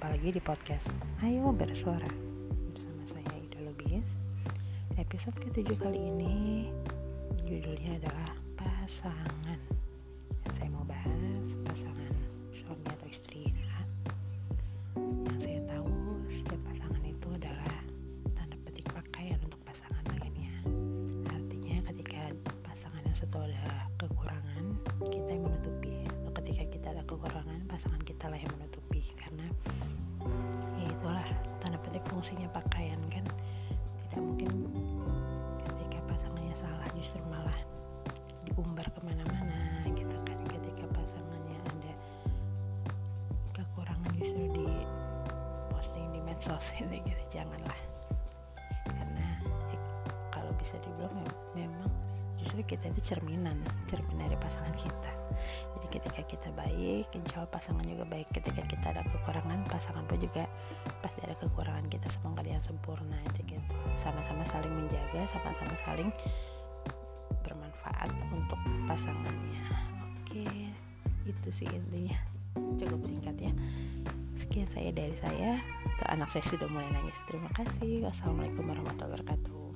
Jumpa lagi di podcast Ayo Bersuara bersama saya Ida Lubis. Episode ke-7 kali ini judulnya adalah pasangan. Yang saya mau bahas pasangan suami atau istri. Yang saya tahu setiap pasangan itu adalah tanda petik pakaian untuk pasangan lainnya. Artinya ketika pasangan yang satu ada kekurangan, kita yang menutupi. Atau ketika kita ada kekurangan, pasangan kita lah yang menutupi. Karena ya itulah tanda petik fungsinya pakaian kan. Tidak mungkin ketika pasangannya salah justru malah diumbar kemana-mana gitu kan. Ketika pasangannya ada kekurangan justru di posting di medsos gitu. Janganlah, karena kalau bisa dibilang memang justru kita itu cerminan dari pasangan kita. Jadi ketika kita baik, insya Allah pasangan juga baik. Ketika kita ada kekurangan, pasangan pun juga pasti ada kekurangan kita. Semoga dia sempurna itu gitu. Sama-sama saling menjaga, sama-sama saling bermanfaat untuk pasangannya. Oke, itu sih intinya. Cukup singkat ya. Sekian dari saya. Tuh, anak saya sudah mulai nangis. Terima kasih. Wassalamualaikum warahmatullahi wabarakatuh.